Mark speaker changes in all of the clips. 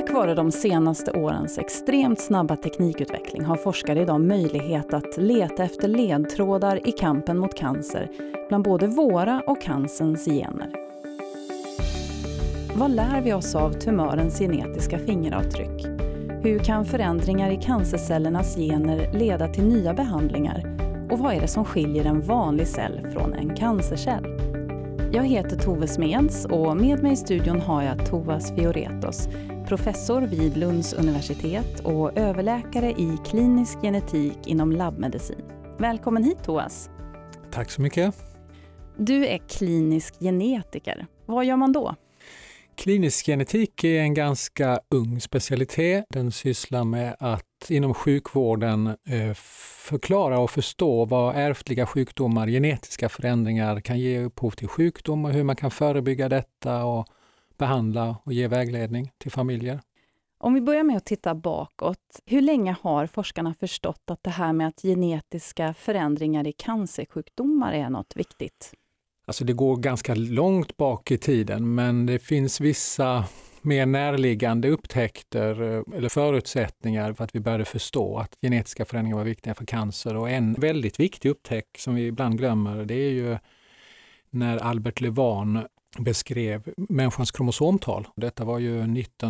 Speaker 1: Tack vare de senaste årens extremt snabba teknikutveckling har forskare idag möjlighet att leta efter ledtrådar i kampen mot cancer bland både våra och cancerns gener. Vad lär vi oss av tumörens genetiska fingeravtryck? Hur kan förändringar i cancercellernas gener leda till nya behandlingar? Och vad är det som skiljer en vanlig cell från en cancercell? Jag heter Tove Smeds och med mig i studion har jag Toas Fioretos, professor vid Lunds universitet och överläkare i klinisk genetik inom labbmedicin. Välkommen hit, Toas.
Speaker 2: Tack så mycket.
Speaker 1: Du är klinisk genetiker. Vad gör man då?
Speaker 2: Klinisk genetik är en ganska ung specialitet. Den sysslar med att inom sjukvården förklara och förstå vad ärftliga sjukdomar, genetiska förändringar kan ge upphov till sjukdom och hur man kan förebygga detta och behandla och ge vägledning till familjer.
Speaker 1: Om vi börjar med att titta bakåt, hur länge har forskarna förstått att det här med att genetiska förändringar i cancersjukdomar är något viktigt?
Speaker 2: Alltså det går ganska långt bak i tiden, men det finns vissa mer närliggande upptäckter eller förutsättningar för att vi började förstå att genetiska förändringar var viktiga för cancer. Och en väldigt viktig upptäckt som vi ibland glömmer, det är ju när Albert Levan beskrev människans kromosomtal. Detta var ju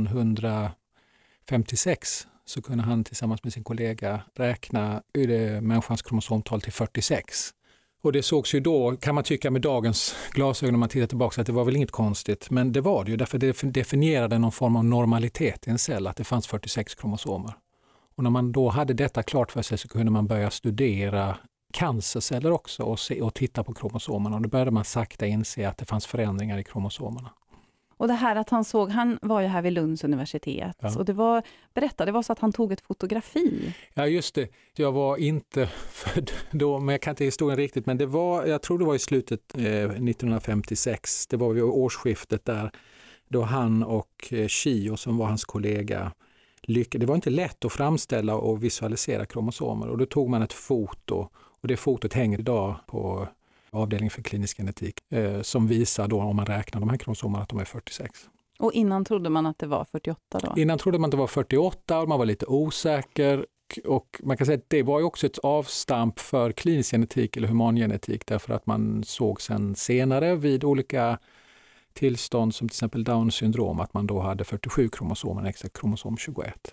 Speaker 2: 1956, så kunde han tillsammans med sin kollega räkna människans kromosomtal till 46. Och det sågs ju då, kan man tycka med dagens glasögon när man tittar tillbaka, att det var väl inget konstigt. Men det var det ju, därför det definierade någon form av normalitet i en cell, att det fanns 46 kromosomer. Och när man då hade detta klart för sig så kunde man börja studera cancerceller också och titta på kromosomerna. Och då började man sakta inse att det fanns förändringar i kromosomerna.
Speaker 1: Och det här att han var ju här vid Lunds universitet. Ja. Och det var så att han tog ett fotografi.
Speaker 2: Ja, just det. Jag var inte född då, men jag kan inte historien riktigt. Men jag tror det var i slutet 1956. Det var vid årsskiftet där då han och Chio, som var hans kollega, det var inte lätt att framställa och visualisera kromosomer. Och då tog man ett foto, och det fotot hänger idag på avdelning för klinisk genetik, som visar då, om man räknar de här kromosomerna, att de är 46.
Speaker 1: Och innan trodde man att det var 48 då?
Speaker 2: Innan trodde man att det var 48 och man var lite osäker. Och man kan säga att det var ju också ett avstamp för klinisk genetik eller humangenetik, därför att man såg sen senare vid olika tillstånd som till exempel Downs syndrom att man då hade 47 kromosomer, exakt kromosom 21.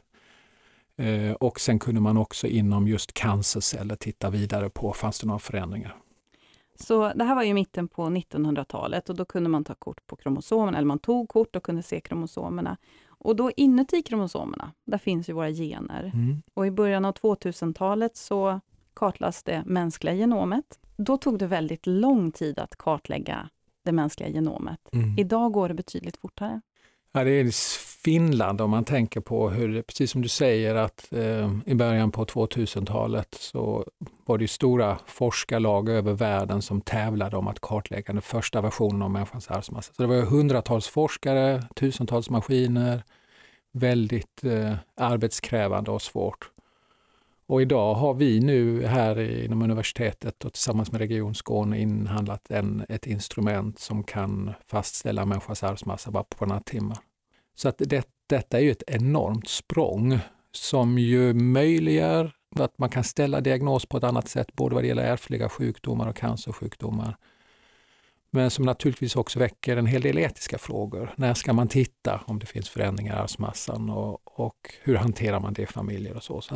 Speaker 2: Och sen kunde man också inom just cancerceller titta vidare på, fanns det några förändringar.
Speaker 1: Så det här var ju mitten på 1900-talet och då kunde man ta kort på kromosomerna, eller man tog kort och kunde se kromosomerna. Och då inuti kromosomerna, där finns ju våra gener. Mm. Och i början av 2000-talet så kartlades det mänskliga genomet. Då tog det väldigt lång tid att kartlägga det mänskliga genomet. Mm. Idag går det betydligt fortare.
Speaker 2: Ja, det är Finland om man tänker på hur, precis som du säger, att i början på 2000-talet så var det stora forskarlag över världen som tävlade om att kartlägga den första versionen av människans arvsmassa. Så det var hundratals forskare, tusentals maskiner, väldigt arbetskrävande och svårt. Och idag har vi nu här inom universitetet och tillsammans med Region Skåne inhandlat ett instrument som kan fastställa människans arvsmassa bara på några timmar. Så att detta är ju ett enormt språng som ju möjliggör att man kan ställa diagnos på ett annat sätt, både vad det gäller ärftliga sjukdomar och cancersjukdomar. Men som naturligtvis också väcker en hel del etiska frågor. När ska man titta om det finns förändringar i arvsmassan och hur hanterar man det i familjer och så.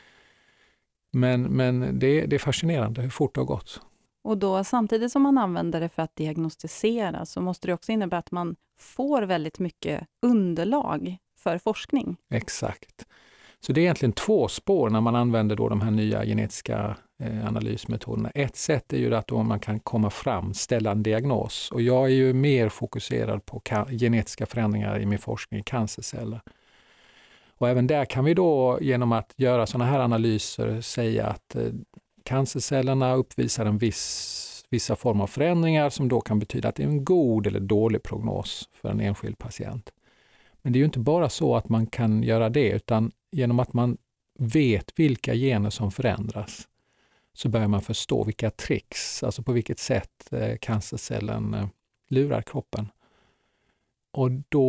Speaker 2: Men det är fascinerande hur fort det har gått.
Speaker 1: Och då samtidigt som man använder det för att diagnostisera så måste det också innebära att man får väldigt mycket underlag för forskning.
Speaker 2: Exakt. Så det är egentligen två spår när man använder då de här nya genetiska analysmetoderna. Ett sätt är ju att då man kan komma fram, ställa en diagnos. Och jag är ju mer fokuserad på genetiska förändringar i min forskning i cancerceller. Och även där kan vi då genom att göra sådana här analyser säga att cancercellerna uppvisar vissa former av förändringar som då kan betyda att det är en god eller dålig prognos för en enskild patient. Men det är ju inte bara så att man kan göra det, utan genom att man vet vilka gener som förändras så börjar man förstå vilka tricks, alltså på vilket sätt cancercellen lurar kroppen. Och då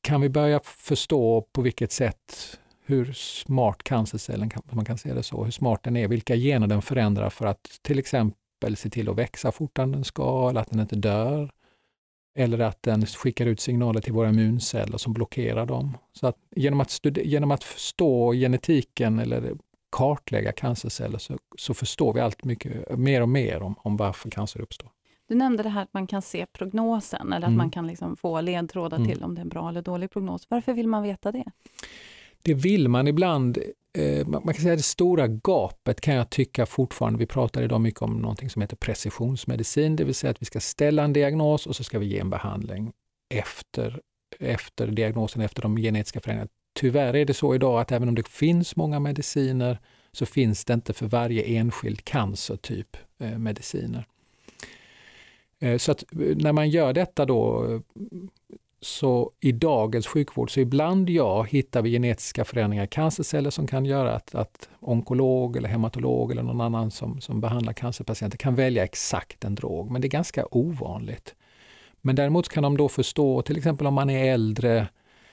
Speaker 2: kan vi börja förstå på vilket sätt, hur smart cancercellen, man kan se det så, hur smart den är, vilka gener den förändrar för att till exempel se till att växa fortare än den ska, eller att den inte dör, eller att den skickar ut signaler till våra immunceller som blockerar dem. Så att genom att förstå genetiken eller kartlägga cancerceller så förstår vi allt mycket mer och mer om varför cancer uppstår.
Speaker 1: Du nämnde det här att man kan se prognosen eller att man kan liksom få ledtrådar till om det är en bra eller dålig prognos. Varför vill man veta det?
Speaker 2: Det vill man ibland. Man kan säga att det stora gapet kan jag tycka fortfarande. Vi pratar idag mycket om någonting som heter precisionsmedicin. Det vill säga att vi ska ställa en diagnos och så ska vi ge en behandling efter diagnosen, efter de genetiska förändringarna. Tyvärr är det så idag att även om det finns många mediciner så finns det inte för varje enskild cancertyp mediciner. Så att när man gör detta då, så i dagens sjukvård så ibland hittar vi genetiska förändringar i cancerceller som kan göra att onkolog eller hematolog eller någon annan som behandlar cancerpatienter kan välja exakt en drog. Men det är ganska ovanligt. Men däremot kan de då förstå, till exempel om man är äldre,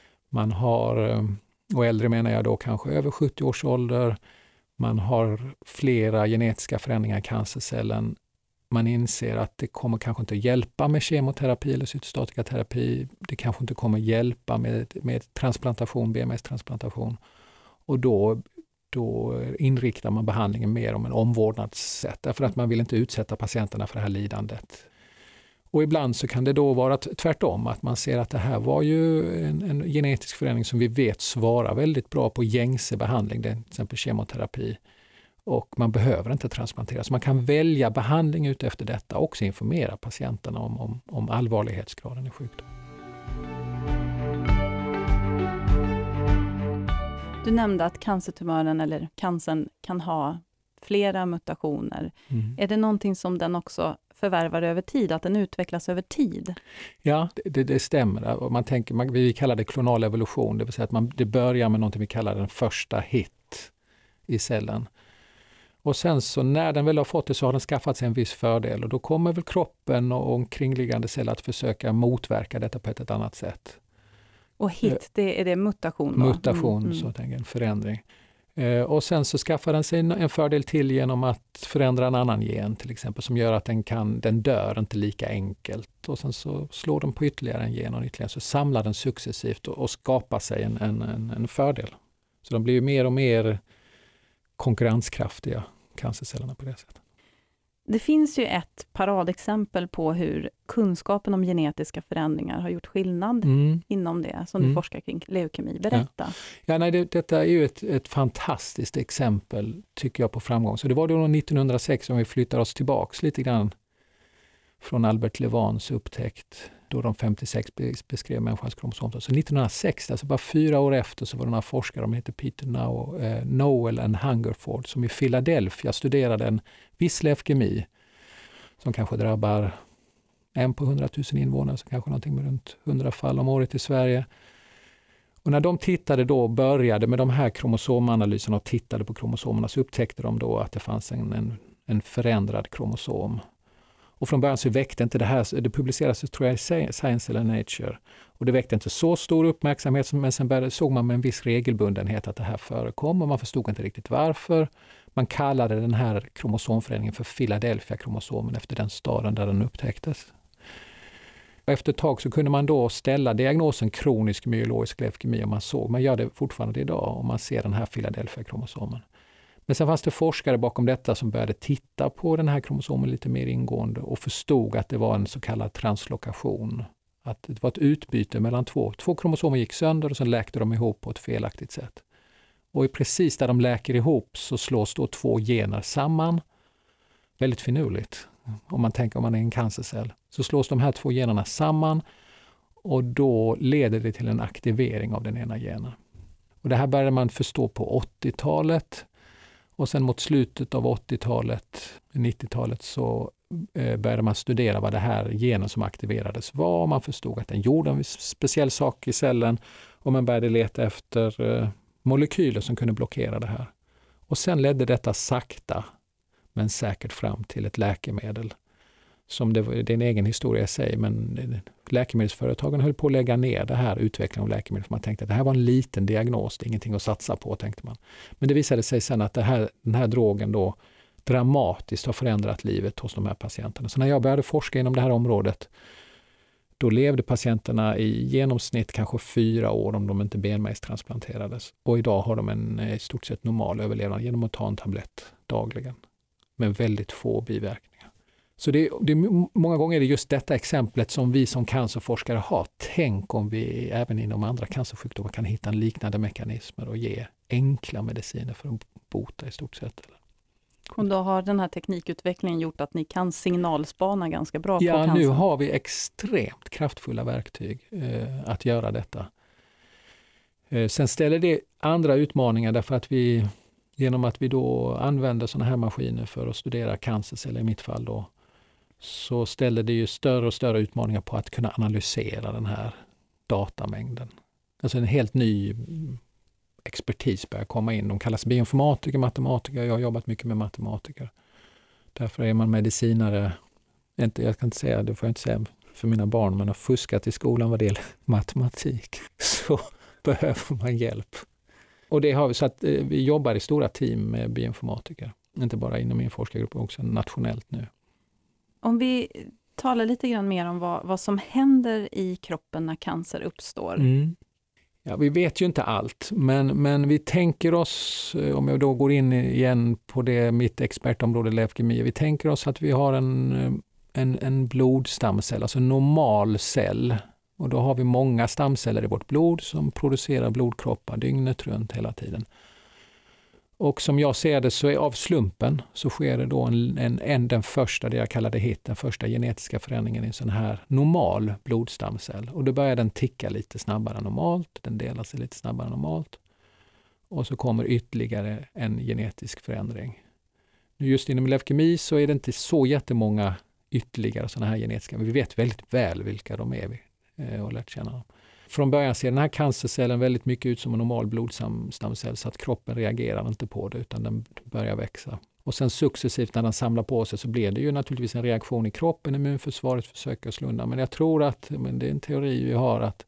Speaker 2: och äldre menar jag då kanske över 70 års ålder, man har flera genetiska förändringar i cancercellen. Man inser att det kommer kanske inte att hjälpa med kemoterapi eller cytostatikaterapi. Det kanske inte kommer att hjälpa med transplantation, BMS-transplantation. Och då inriktar man behandlingen mer om en omvårdnadssätt. Därför att man vill inte utsätta patienterna för det här lidandet. Och ibland så kan det då vara tvärtom. Att man ser att det här var ju en genetisk förändring som vi vet svarar väldigt bra på gängse behandling. Det är till exempel kemoterapi. Och man behöver inte transplantera. Så man kan välja behandling ut efter detta och också informera patienterna om allvarlighetsgraden i sjukdom.
Speaker 1: Du nämnde att cancertumören eller cancern kan ha flera mutationer. Är det någonting som den också förvärvar över tid, att den utvecklas över tid?
Speaker 2: Ja, det stämmer. Man tänker, vi kallar det klonal evolution, det vill säga att det börjar med något vi kallar den första hit i cellen. Och sen så när den väl har fått det så har den skaffat sig en viss fördel och då kommer väl kroppen och omkringliggande celler att försöka motverka detta på ett annat sätt.
Speaker 1: Och hit, det är det mutation?
Speaker 2: Mutation, så tänker jag, en förändring. Och sen så skaffar den sig en fördel till genom att förändra en annan gen till exempel som gör att den dör inte lika enkelt. Och sen så slår den på ytterligare en gen och ytterligare så samlar den successivt och skapar sig en fördel. Så de blir ju mer och mer konkurrenskraftiga, cancercellerna på det sättet.
Speaker 1: Det finns ju ett paradexempel på hur kunskapen om genetiska förändringar har gjort skillnad inom det som du forskar kring, leukemi. Berätta.
Speaker 2: Detta är ju ett fantastiskt exempel tycker jag på framgång. Så det var då 1906 som vi flyttar oss tillbaks lite grann från Albert Levans upptäckt då de 56 beskrev människans kromosomtal. Så 1906, alltså bara 4 år efter, så var det några forskare, de heter Peter Nowell and Hungerford, som i Philadelphia studerade en viss leukemi som kanske drabbar 1 på 100 000 invånare, så kanske någonting med runt 100 fall om året i Sverige. Och när de började med de här kromosomanalyserna och tittade på kromosomerna, så upptäckte de då att det fanns en förändrad kromosom. Och från början så väckte inte det här, det publicerades tror jag i Science eller Nature, och det väckte inte så stor uppmärksamhet, men sen såg man med en viss regelbundenhet att det här förekom och man förstod inte riktigt varför. Man kallade den här kromosomförändringen för Philadelphia-kromosomen efter den staden där den upptäcktes. Och efter ett tag så kunde man då ställa diagnosen kronisk myeloisk leukemi och man gör det fortfarande idag och man ser den här Philadelphia-kromosomen. Men sen fanns det forskare bakom detta som började titta på den här kromosomen lite mer ingående och förstod att det var en så kallad translokation. Att det var ett utbyte mellan två kromosomer gick sönder och sen läkte de ihop på ett felaktigt sätt. Och precis där de läker ihop så slås då 2 gener samman. Väldigt finurligt, om man är en cancercell. Så slås de här 2 generna samman och då leder det till en aktivering av den ena genen. Och det här började man förstå på 80-talet. Och sen mot slutet av 80-talet, 90-talet, så började man studera vad det här genen som aktiverades var. Man förstod att den gjorde en speciell sak i cellen och man började leta efter molekyler som kunde blockera det här. Och sen ledde detta sakta men säkert fram till ett läkemedel. Det är en egen historia i sig, men läkemedelsföretagen höll på att lägga ner det här utvecklingen av läkemedel. För man tänkte att det här var en liten diagnos, det är ingenting att satsa på, tänkte man. Men det visade sig sen att den här drogen då dramatiskt har förändrat livet hos de här patienterna. Så när jag började forska inom det här området, då levde patienterna i genomsnitt kanske 4 år om de inte benmärgstransplanterades. Och idag har de en i stort sett normal överlevnad genom att ta en tablett dagligen. Med väldigt få biverkningar. Så många gånger är det just detta exemplet som vi som cancerforskare har. Tänk om vi även inom andra cancersjukdomar kan hitta liknande mekanismer och ge enkla mediciner för att bota i stort sett.
Speaker 1: Och då har den här teknikutvecklingen gjort att ni kan signalspana ganska bra på cancer?
Speaker 2: Ja, nu har vi extremt kraftfulla verktyg att göra detta. Sen ställer det andra utmaningar därför att genom att vi då använder sådana här maskiner för att studera cancerceller i mitt fall då, så ställer det ju större och större utmaningar på att kunna analysera den här datamängden. Alltså en helt ny expertis börjar komma in. De kallas bioinformatiker, matematiker. Jag har jobbat mycket med matematiker. Därför är man medicinare. Jag kan inte säga, det får jag inte säga för mina barn, men har fuskat i skolan vad det gäller matematik. Så behöver man hjälp. Och det har vi, så att vi jobbar i stora team med bioinformatiker. Inte bara inom min forskargrupp, också nationellt nu.
Speaker 1: Om vi talar lite grann mer om vad som händer i kroppen när cancer uppstår.
Speaker 2: Ja, vi vet ju inte allt, men vi tänker oss, om jag då går in igen på mitt expertområde leukemi, vi tänker oss att vi har en blodstamcell, alltså en normal cell. Och då har vi många stamceller i vårt blod som producerar blodkroppar dygnet runt hela tiden. Och som jag ser det så är av slumpen så sker det då den första, det jag kallade hit, den första genetiska förändringen i en sån här normal blodstamcell. Och då börjar den ticka lite snabbare än normalt, den delar sig lite snabbare än normalt. Och så kommer ytterligare en genetisk förändring. Just inom leukemi så är det inte så jättemånga ytterligare sådana här genetiska, men vi vet väldigt väl vilka de är och lärt känna dem. Från början ser den här cancercellen väldigt mycket ut som en normal blodstamcell så att kroppen reagerar inte på det utan den börjar växa. Och sen successivt när den samlar på sig så blir det ju naturligtvis en reaktion i kroppen, immunförsvaret försöker slå undan. Men jag tror men det är en teori vi har att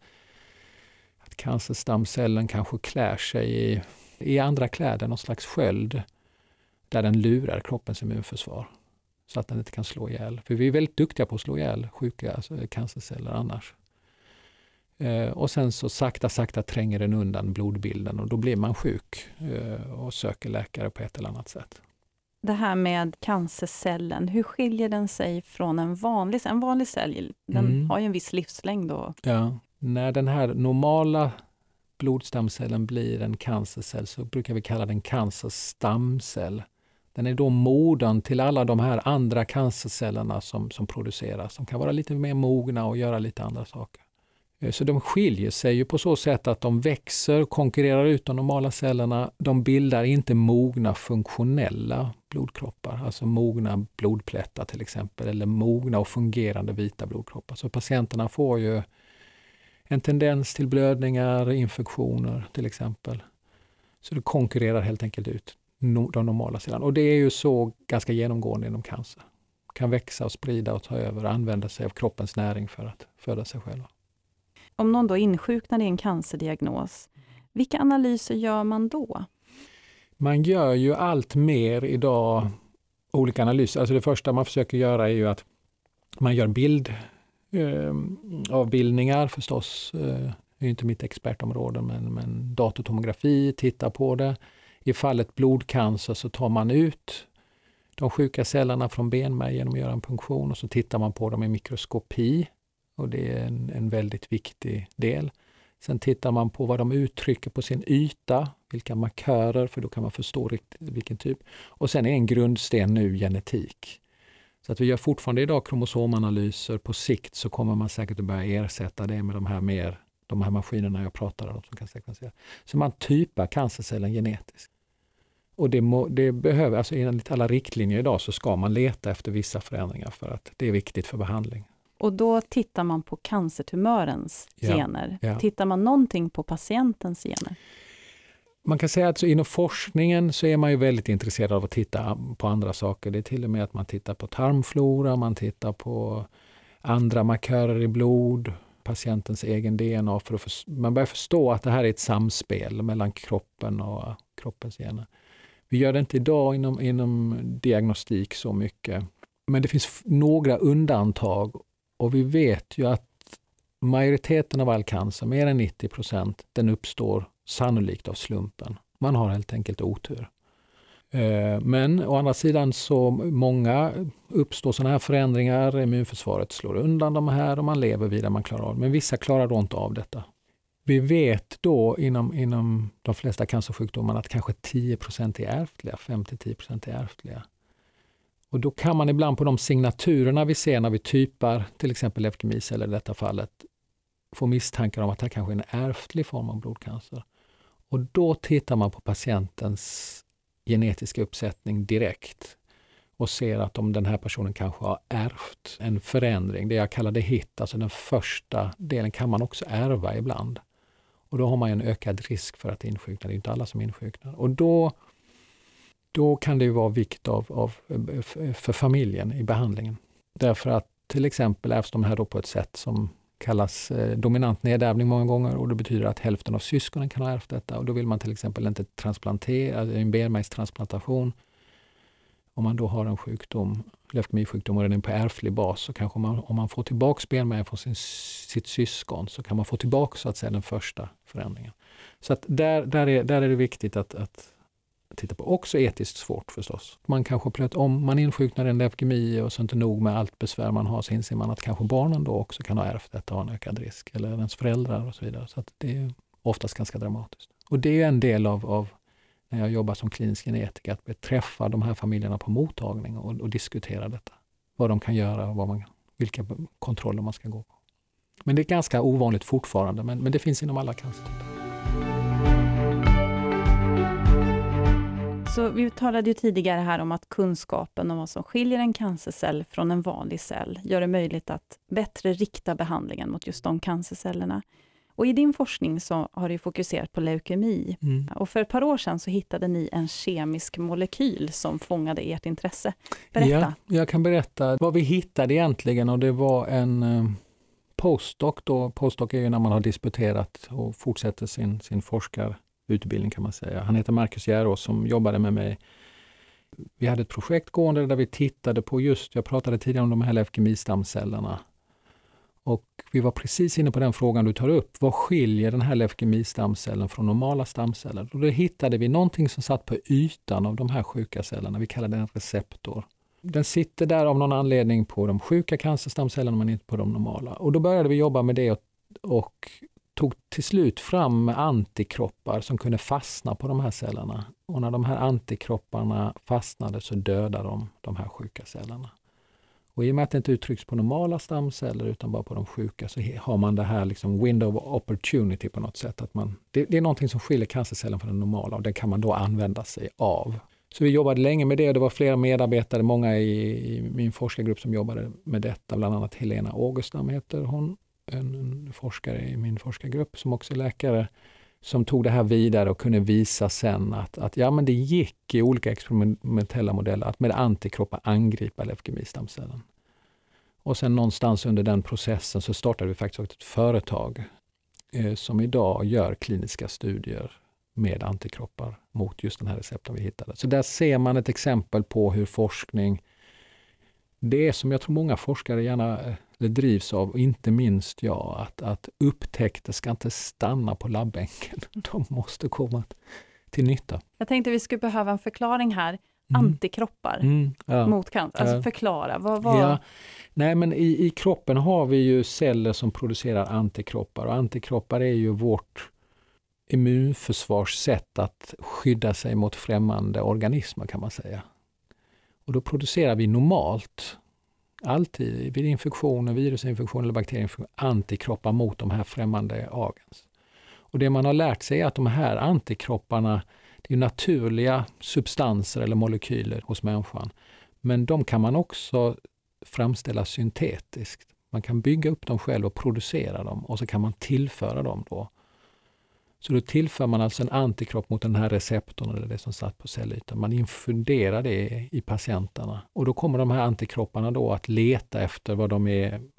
Speaker 2: cancerstamcellen kanske klär sig i andra kläder, någon slags sköld där den lurar kroppens immunförsvar så att den inte kan slå ihjäl. För vi är väldigt duktiga på att slå ihjäl sjuka cancerceller annars. Och sen så sakta tränger den undan blodbilden och då blir man sjuk och söker läkare på ett eller annat sätt.
Speaker 1: Det här med cancercellen, hur skiljer den sig från en vanlig cell? Den har ju en viss livslängd då.
Speaker 2: Ja, när den här normala blodstamcellen blir en cancercell så brukar vi kalla den cancerstamcell. Den är då modern till alla de här andra cancercellerna som produceras. De kan vara lite mer mogna och göra lite andra saker. Så de skiljer sig ju på så sätt att de växer, konkurrerar ut de normala cellerna. De bildar inte mogna funktionella blodkroppar, alltså mogna blodplättar till exempel, eller mogna och fungerande vita blodkroppar. Så patienterna får ju en tendens till blödningar, infektioner till exempel. Så det konkurrerar helt enkelt ut de normala cellerna. Och det är ju så ganska genomgående inom cancer. Kan växa och sprida och ta över och använda sig av kroppens näring för att föda sig själva.
Speaker 1: Om någon då insjuknar i en cancerdiagnos, vilka analyser gör man då? Man
Speaker 2: gör ju allt mer idag olika analyser. Alltså det första man försöker göra är ju att man gör avbildningar förstås. Det är inte mitt expertområde men datortomografi tittar på det. I fallet blodcancer så tar man ut de sjuka cellerna från benmärg genom att göra en punktion och så tittar man på dem i mikroskopi. Och det är en väldigt viktig del. Sen tittar man på vad de uttrycker på sin yta, vilka markörer, för då kan man förstå riktigt vilken typ. Och sen är en grundsten nu genetik. Så att vi gör fortfarande idag kromosomanalyser. På sikt så kommer man säkert att börja ersätta det med de här maskinerna jag pratade om som kan sekvensera. Så man typar cancercellen genetiskt. Och det behöver, alltså enligt alla riktlinjer idag så ska man leta efter vissa förändringar för att det är viktigt för behandling.
Speaker 1: Och då tittar man på cancertumörens gener.
Speaker 2: Ja.
Speaker 1: Tittar man någonting på patientens gener?
Speaker 2: Man kan säga att inom forskningen så är man ju väldigt intresserad av att titta på andra saker. Det är till och med att man tittar på tarmflora, man tittar på andra markörer i blod, patientens egen DNA. Man börjar förstå att det här är ett samspel mellan kroppen och kroppens gener. Vi gör det inte idag inom diagnostik så mycket. Men det finns några undantag och vi vet ju att majoriteten av all cancer, mer än 90%, den uppstår sannolikt av slumpen. Man har helt enkelt otur. Men å andra sidan så många uppstår sådana här förändringar, immunförsvaret slår undan de här och man lever vidare, man klarar av. Men vissa klarar då inte av detta. Vi vet då inom de flesta cancersjukdomar att kanske 10% är ärftliga, 5-10% är ärftliga. Och då kan man ibland på de signaturerna vi ser när vi typar till exempel leukemiceller i detta fallet få misstankar om att det kanske är en ärftlig form av blodcancer. Och då tittar man på patientens genetiska uppsättning direkt och ser att om den här personen kanske har ärvt en förändring, det jag kallar det hit, alltså den första delen kan man också ärva ibland. Och då har man en ökad risk för att insjukna, det är inte alla som insjuknar. Och då kan det ju vara vikt för familjen i behandlingen. Därför att till exempel ärvs de här då på ett sätt som kallas dominant nedärvning många gånger och det betyder att hälften av syskonen kan ha ärvt detta och då vill man till exempel inte transplantera, en benmärgstransplantation. Om man då har en sjukdom, leukemisjukdom och den är på ärftlig bas så kanske om man får tillbaka benmärg från sitt syskon så kan man få tillbaka så att säga den första förändringen. Så att där är det viktigt att titta på. Också etiskt svårt förstås. Man kanske om man insjuknar en leukemi och så inte nog med allt besvär man har så inser man att kanske barnen då också kan ha ärvt detta och ha en ökad risk. Eller ens föräldrar och så vidare. Så att det är oftast ganska dramatiskt. Och det är en del av när jag jobbar som klinisk genetiker att träffa de här familjerna på mottagning och diskutera detta. Vad de kan göra och vilka kontroller man ska gå på. Men det är ganska ovanligt fortfarande men det finns inom alla cancertyper.
Speaker 1: Så vi talade ju tidigare här om att kunskapen om vad som skiljer en cancercell från en vanlig cell gör det möjligt att bättre rikta behandlingen mot just de cancercellerna. Och i din forskning så har du fokuserat på leukemi. Och för ett par år sedan så hittade ni en kemisk molekyl som fångade ert intresse. Berätta.
Speaker 2: Ja, jag kan berätta vad vi hittade egentligen och det var en postdoc då. Postdoc är ju när man har disputerat och fortsätter sin forskarutbildning kan man säga. Han heter Marcus Järås som jobbade med mig. Vi hade ett projekt gående där vi tittade på jag pratade tidigare om de här leukemistamcellerna. Och vi var precis inne på den frågan du tar upp. Vad skiljer den här leukemistamcellen från normala stamceller? Och då hittade vi någonting som satt på ytan av de här sjuka cellerna. Vi kallar den en receptor. Den sitter där av någon anledning på de sjuka cancerstamcellerna men inte på de normala. Och då började vi jobba med det och tog till slut fram antikroppar som kunde fastna på de här cellerna. Och när de här antikropparna fastnade så dödade de här sjuka cellerna. Och i och med att det inte uttrycks på normala stamceller utan bara på de sjuka så har man det här liksom window of opportunity på något sätt. Att det är någonting som skiljer cancercellen från den normala och det kan man då använda sig av. Så vi jobbade länge med det och det var flera medarbetare, många i min forskargrupp som jobbade med detta. Bland annat Helena Augustam heter hon, en forskare i min forskargrupp som också är läkare. Som tog det här vidare och kunde visa sen att men det gick i olika experimentella modeller att med antikroppar angripa leukemistamcellen. Och sen någonstans under den processen så startade vi faktiskt ett företag som idag gör kliniska studier med antikroppar mot just den här receptorn vi hittade. Så där ser man ett exempel på hur forskning, det är som jag tror många forskare gärna drivs av, och inte minst jag, att upptäckter ska inte stanna på labbänken. De måste komma till nytta.
Speaker 1: Jag tänkte vi skulle behöva en förklaring här. Antikroppar mot cancer. Alltså förklara. Vad?
Speaker 2: Ja. Nej, men i kroppen har vi ju celler som producerar antikroppar. Och antikroppar är ju vårt immunförsvarssätt att skydda sig mot främmande organismer kan man säga. Och då producerar vi normalt alltid vid infektioner, virusinfektion eller bakterieinfektion antikroppar mot de här främmande agens. Och det man har lärt sig är att de här antikropparna, det är naturliga substanser eller molekyler hos människan. Men de kan man också framställa syntetiskt. Man kan bygga upp dem själv och producera dem och så kan man tillföra dem då. Så då tillför man alltså en antikropp mot den här receptorn eller det som satt på cellytan. Man infunderar det i patienterna. Och då kommer de här antikropparna då att leta efter vad de är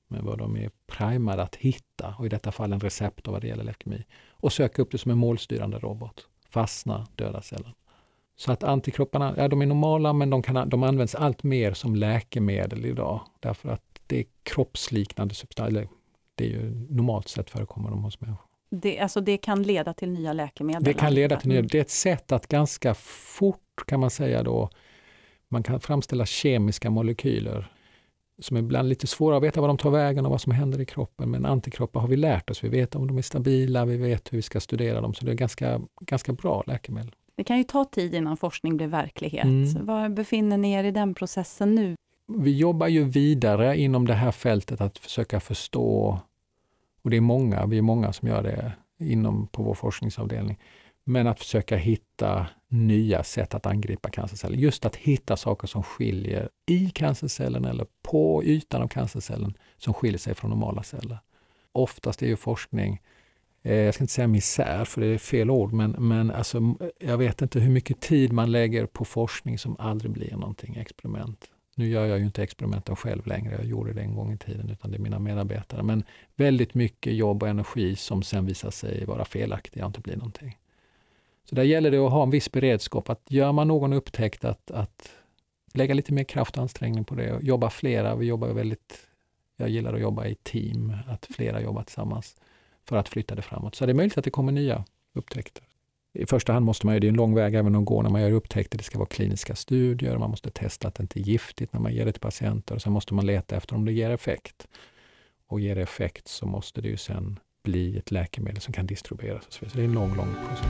Speaker 2: med vad de är primade att hitta, och i detta fall en receptor vad det gäller leukemi, och söka upp det som en målstyrande robot. Fastna, döda cellen. Så att antikropparna, ja, de är normala, men de används allt mer som läkemedel idag. Därför att det är kroppsliknande substanser. Det är ju normalt sett förekommer de hos människor.
Speaker 1: Det kan leda till nya läkemedel?
Speaker 2: Det kan leda till nya. Det är ett sätt att ganska fort, kan man säga då, man kan framställa kemiska molekyler som är ibland lite svåra att veta vad de tar vägen och vad som händer i kroppen. Men antikroppar har vi lärt oss. Vi vet om de är stabila, vi vet hur vi ska studera dem. Så det är ganska bra läkemedel.
Speaker 1: Det kan ju ta tid innan forskning blir verklighet. Var befinner ni er i den processen nu?
Speaker 2: Vi jobbar ju vidare inom det här fältet att försöka förstå, och det är vi är många som gör det på vår forskningsavdelning, men att försöka hitta nya sätt att angripa cancerceller. Just att hitta saker som skiljer i cancercellen eller på ytan av cancercellen som skiljer sig från normala celler. Oftast är ju forskning, jag ska inte säga misär för det är fel ord, men alltså, jag vet inte hur mycket tid man lägger på forskning som aldrig blir någonting experiment. Nu gör jag ju inte experimenten själv längre, jag gjorde det en gång i tiden, utan det är mina medarbetare. Men väldigt mycket jobb och energi som sen visar sig vara felaktiga och inte blir någonting. Så där gäller det att ha en viss beredskap, att gör man någon upptäckt att lägga lite mer kraft och ansträngning på det och jobba flera. Jag gillar att jobba i team, att flera jobbar tillsammans för att flytta det framåt. Så det är möjligt att det kommer nya upptäckter. I första hand måste det är en lång väg även att gå när man gör upptäckter. Det ska vara kliniska studier, man måste testa att det inte är giftigt när man ger det till patienter. Och sen måste man leta efter om det ger effekt. Och ger det effekt så måste det ju sen bli ett läkemedel som kan distribueras. Så det är en lång process.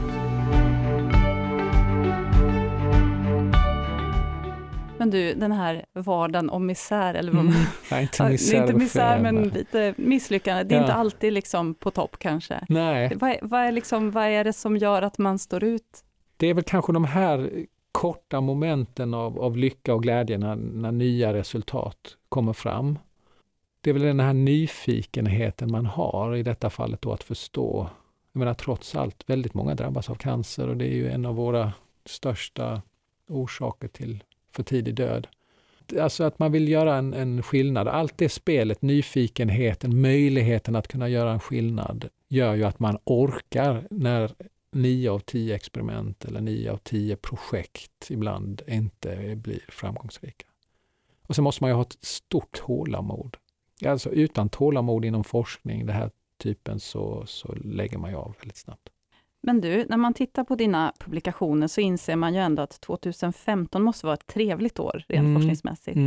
Speaker 1: Men du, den här vardagen om misär, eller vad
Speaker 2: Nej, inte misär,
Speaker 1: men lite misslyckande. Det är inte alltid liksom på topp kanske.
Speaker 2: Nej.
Speaker 1: Vad är det som gör att man står ut?
Speaker 2: Det är väl kanske de här korta momenten av lycka och glädje när nya resultat kommer fram. Det är väl den här nyfikenheten man har i detta fallet då att förstå. Jag menar, trots allt, väldigt många drabbas av cancer och det är ju en av våra största orsaker till för tidig död. Alltså att man vill göra en skillnad. Allt det spelet, nyfikenheten, möjligheten att kunna göra en skillnad gör ju att man orkar när 9 av 10 experiment eller 9 av 10 projekt ibland inte blir framgångsrika. Och så måste man ju ha ett stort tålamod. Alltså utan tålamod inom forskning, det här typen, så lägger man ju av väldigt snabbt.
Speaker 1: Men du, när man tittar på dina publikationer så inser man ju ändå att 2015 måste vara ett trevligt år rent forskningsmässigt.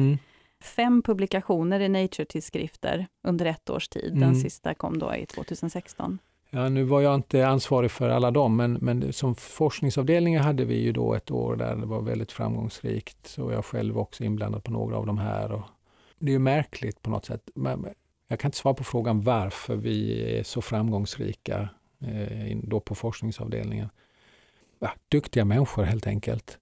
Speaker 1: 5 publikationer i Nature-tidskrifter under 1 års tid. Den sista kom då i 2016.
Speaker 2: Ja, nu var jag inte ansvarig för alla dem, men som forskningsavdelning hade vi ju då ett år där det var väldigt framgångsrikt. Så jag själv också inblandad på några av de här. Och det är ju märkligt på något sätt. Jag kan inte svara på frågan varför vi är så framgångsrika då på forskningsavdelningen. Ja, duktiga människor helt enkelt.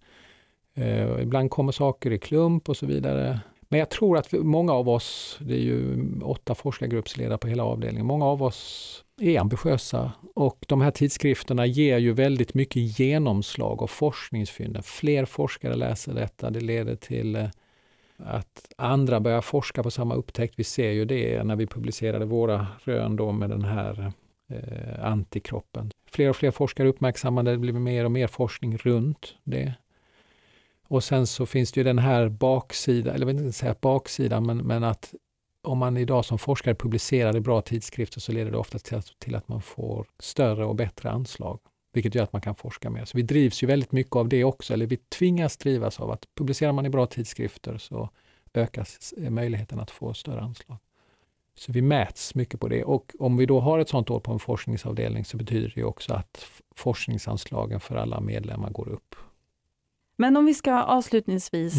Speaker 2: Ibland kommer saker i klump och så vidare. Men jag tror att många av oss, det är ju 8 forskargruppsledare på hela avdelningen, många av oss är ambitiösa och de här tidskrifterna ger ju väldigt mycket genomslag och forskningsfynd. Fler forskare läser detta, det leder till att andra börjar forska på samma upptäckt. Vi ser ju det när vi publicerade våra rön då med den här antikroppen. Fler och fler forskare uppmärksammade, det blir mer och mer forskning runt det. Och sen så finns det ju den här baksidan, eller jag vill inte säga baksidan, men att om man idag som forskare publicerar i bra tidskrifter så leder det ofta till att man får större och bättre anslag. Vilket gör att man kan forska mer. Så vi drivs ju väldigt mycket av det också, eller vi tvingas drivas av att publicerar man i bra tidskrifter så ökas möjligheten att få större anslag. Så vi mäts mycket på det. Och om vi då har ett sånt år på en forskningsavdelning så betyder det också att forskningsanslagen för alla medlemmar går upp.
Speaker 1: Men om vi ska avslutningsvis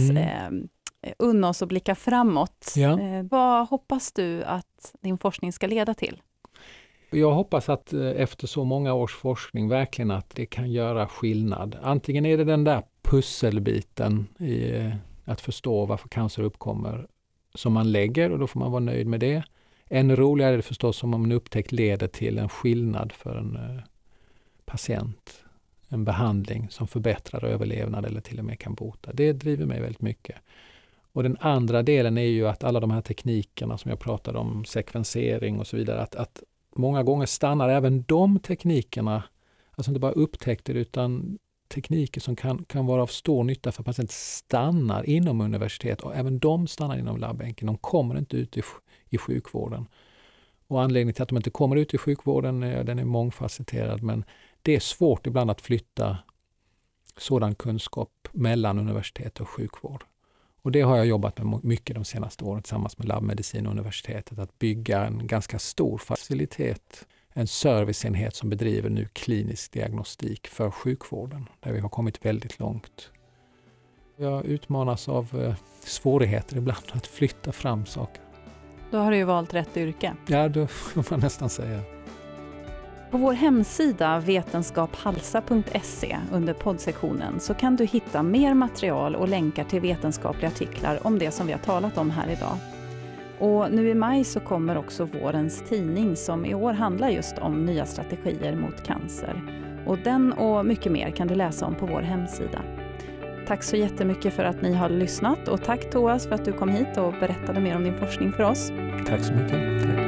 Speaker 1: unna oss och blicka framåt.
Speaker 2: Ja.
Speaker 1: Vad hoppas du att din forskning ska leda till?
Speaker 2: Jag hoppas att efter så många års forskning verkligen att det kan göra skillnad. Antingen är det den där pusselbiten i att förstå varför cancer uppkommer som man lägger och då får man vara nöjd med det. Ännu roligare är det förstås om en upptäckt leder till en skillnad för en patient. En behandling som förbättrar överlevnad eller till och med kan bota. Det driver mig väldigt mycket. Och den andra delen är ju att alla de här teknikerna som jag pratade om, sekvensering och så vidare, att många gånger stannar även de teknikerna, alltså inte bara upptäckter utan tekniker som kan vara av stor nytta för patienter stannar inom universitet och även de stannar inom labbänken. De kommer inte ut i sjukvården. Och anledningen till att de inte kommer ut i sjukvården den är mångfacetterad, men det är svårt ibland att flytta sådan kunskap mellan universitet och sjukvård. Och det har jag jobbat med mycket de senaste åren tillsammans med Labbmedicin och universitetet, att bygga en ganska stor facilitet, en serviceenhet som bedriver nu klinisk diagnostik för sjukvården, där vi har kommit väldigt långt. Jag utmanas av svårigheter ibland att flytta fram saker.
Speaker 1: Då har du ju valt rätt yrke.
Speaker 2: Ja, det får man nästan säga.
Speaker 1: På vår hemsida vetenskaphalsa.se under poddsektionen så kan du hitta mer material och länkar till vetenskapliga artiklar om det som vi har talat om här idag. Och nu i maj så kommer också vårens tidning som i år handlar just om nya strategier mot cancer. Och den och mycket mer kan du läsa om på vår hemsida. Tack så jättemycket för att ni har lyssnat och tack Thomas för att du kom hit och berättade mer om din forskning för oss.
Speaker 2: Tack så mycket. Tack.